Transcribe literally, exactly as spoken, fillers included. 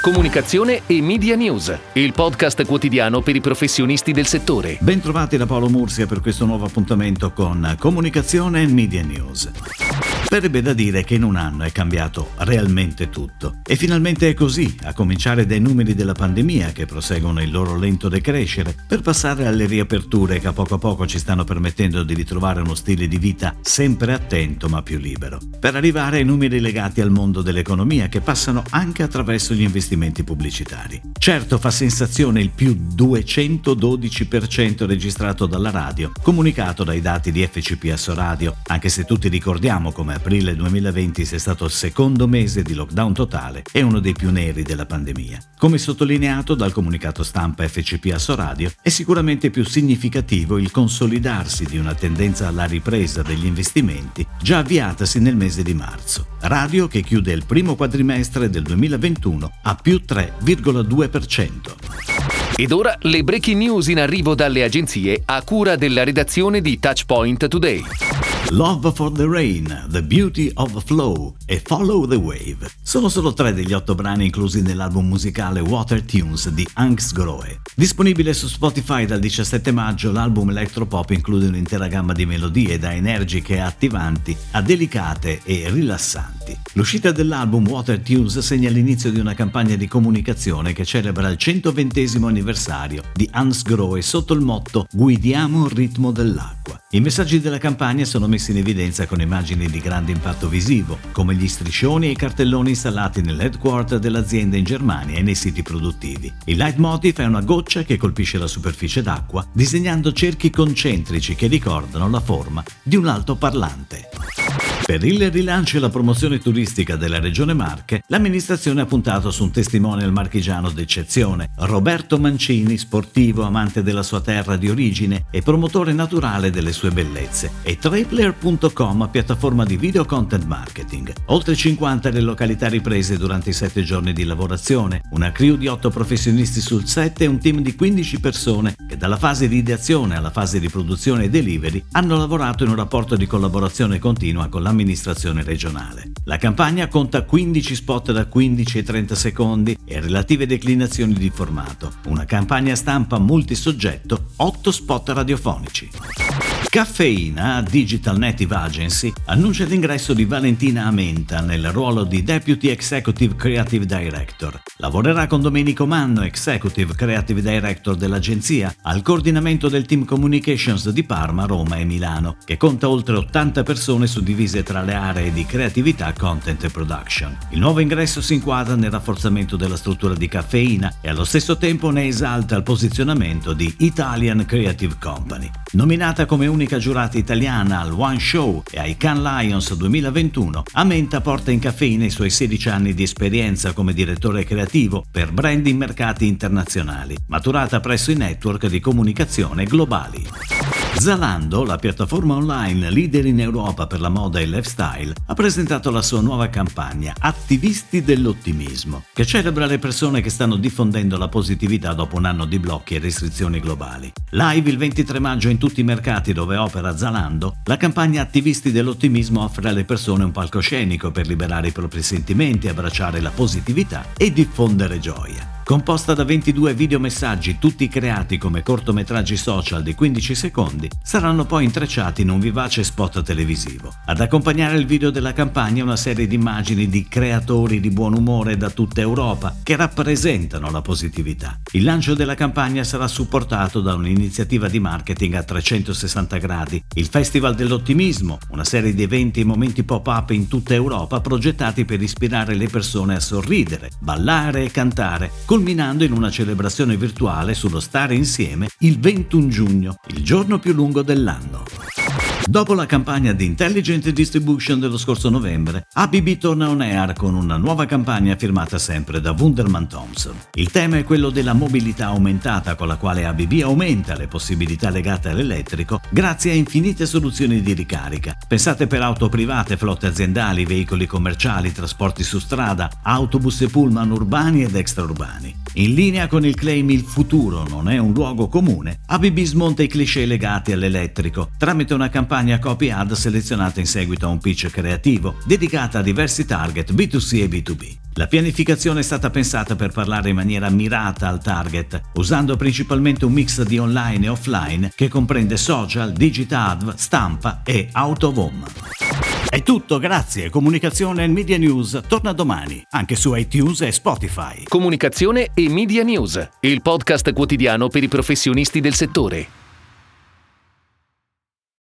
Comunicazione e Media News, il podcast quotidiano per i professionisti del settore. Bentrovati da Paolo Mursia per questo nuovo appuntamento con Comunicazione e Media News. Verrebbe da dire che in un anno è cambiato realmente tutto. E finalmente è così, a cominciare dai numeri della pandemia che proseguono il loro lento decrescere, per passare alle riaperture che a poco a poco ci stanno permettendo di ritrovare uno stile di vita sempre attento ma più libero. Per arrivare ai numeri legati al mondo dell'economia che passano anche attraverso gli investimenti pubblicitari. Certo fa sensazione il più duecentododici per cento registrato dalla radio, comunicato dai dati di F C P Assoradio, anche se tutti ricordiamo come aprile duemilaventi sia stato il secondo mese di lockdown totale e uno dei più neri della pandemia. Come sottolineato dal comunicato stampa F C P Assoradio, è sicuramente più significativo il consolidarsi di una tendenza alla ripresa degli investimenti già avviatasi nel mese di marzo. Radio che chiude il primo quadrimestre del duemilaventuno a più tre virgola due per cento. Ed ora le breaking news in arrivo dalle agenzie a cura della redazione di Touchpoint Today. Love for the Rain, The Beauty of Flow e Follow the Wave sono solo tre degli otto brani inclusi nell'album musicale Water Tunes di Angst Grohe. Disponibile su Spotify dal diciassette maggio, l'album electropop include un'intera gamma di melodie da energiche e attivanti a delicate e rilassanti. L'uscita dell'album Water Tunes segna l'inizio di una campagna di comunicazione che celebra il centoventesimo anniversario di Angst Grohe sotto il motto Guidiamo il ritmo dell'acqua. I messaggi della campagna sono messi in evidenza con immagini di grande impatto visivo, come gli striscioni e i cartelloni installati nell'headquarter dell'azienda in Germania e nei siti produttivi. Il leitmotiv è una goccia che colpisce la superficie d'acqua, disegnando cerchi concentrici che ricordano la forma di un altoparlante. Per il rilancio e la promozione turistica della Regione Marche, l'amministrazione ha puntato su un testimonial marchigiano d'eccezione, Roberto Mancini, sportivo, amante della sua terra di origine e promotore naturale delle sue bellezze, e Traipler punto com, piattaforma di video content marketing. Oltre cinquanta le località riprese durante i sette giorni di lavorazione, una crew di otto professionisti sul set e un team di quindici persone che dalla fase di ideazione alla fase di produzione e delivery hanno lavorato in un rapporto di collaborazione continua con l'amministrazione regionale. La campagna conta quindici spot da quindici e trenta secondi e relative declinazioni di formato. Una campagna stampa multisoggetto, otto spot radiofonici. Caffeina, Digital Native Agency, annuncia l'ingresso di Valentina Amenta nel ruolo di Deputy Executive Creative Director. Lavorerà con Domenico Manno, Executive Creative Director dell'agenzia, al coordinamento del Team Communications di Parma, Roma e Milano, che conta oltre ottanta persone suddivise tra le aree di creatività, content e production. Il nuovo ingresso si inquadra nel rafforzamento della struttura di Caffeina e allo stesso tempo ne esalta il posizionamento di Italian Creative Company. Nominata come unica giurata italiana al One Show e ai Cannes Lions duemilaventuno, Amenta porta in Caffeina i suoi sedici anni di esperienza come direttore creativo per brand in mercati internazionali, maturata presso i network di comunicazione globali. Zalando, la piattaforma online leader in Europa per la moda e il lifestyle, ha presentato la sua nuova campagna Attivisti dell'ottimismo, che celebra le persone che stanno diffondendo la positività dopo un anno di blocchi e restrizioni globali. Live il ventitré maggio in tutti i mercati dove opera Zalando, la campagna Attivisti dell'ottimismo offre alle persone un palcoscenico per liberare i propri sentimenti, abbracciare la positività e diffondere gioia. Composta da ventidue videomessaggi, tutti creati come cortometraggi social di quindici secondi, saranno poi intrecciati in un vivace spot televisivo. Ad accompagnare il video della campagna una serie di immagini di creatori di buon umore da tutta Europa che rappresentano la positività. Il lancio della campagna sarà supportato da un'iniziativa di marketing a trecentosessanta gradi, il Festival dell'Ottimismo, una serie di eventi e momenti pop-up in tutta Europa progettati per ispirare le persone a sorridere, ballare e cantare, culminando in una celebrazione virtuale sullo stare insieme il ventuno giugno, il giorno più lungo dell'anno. Dopo la campagna di Intelligent Distribution dello scorso novembre, A B B torna on air con una nuova campagna firmata sempre da Wunderman Thompson. Il tema è quello della mobilità aumentata, con la quale A B B aumenta le possibilità legate all'elettrico grazie a infinite soluzioni di ricarica, pensate per auto private, flotte aziendali, veicoli commerciali, trasporti su strada, autobus e pullman urbani ed extraurbani. In linea con il claim "il futuro non è un luogo comune", A B B smonta i cliché legati all'elettrico tramite una campagna copy ad selezionata in seguito a un pitch creativo dedicata a diversi target B due C e B due B. La pianificazione è stata pensata per parlare in maniera mirata al target, usando principalmente un mix di online e offline che comprende social, digital, stampa e out of home. È tutto, grazie. Comunicazione e Media News torna domani, anche su iTunes e Spotify. Comunicazione e Media News, il podcast quotidiano per i professionisti del settore.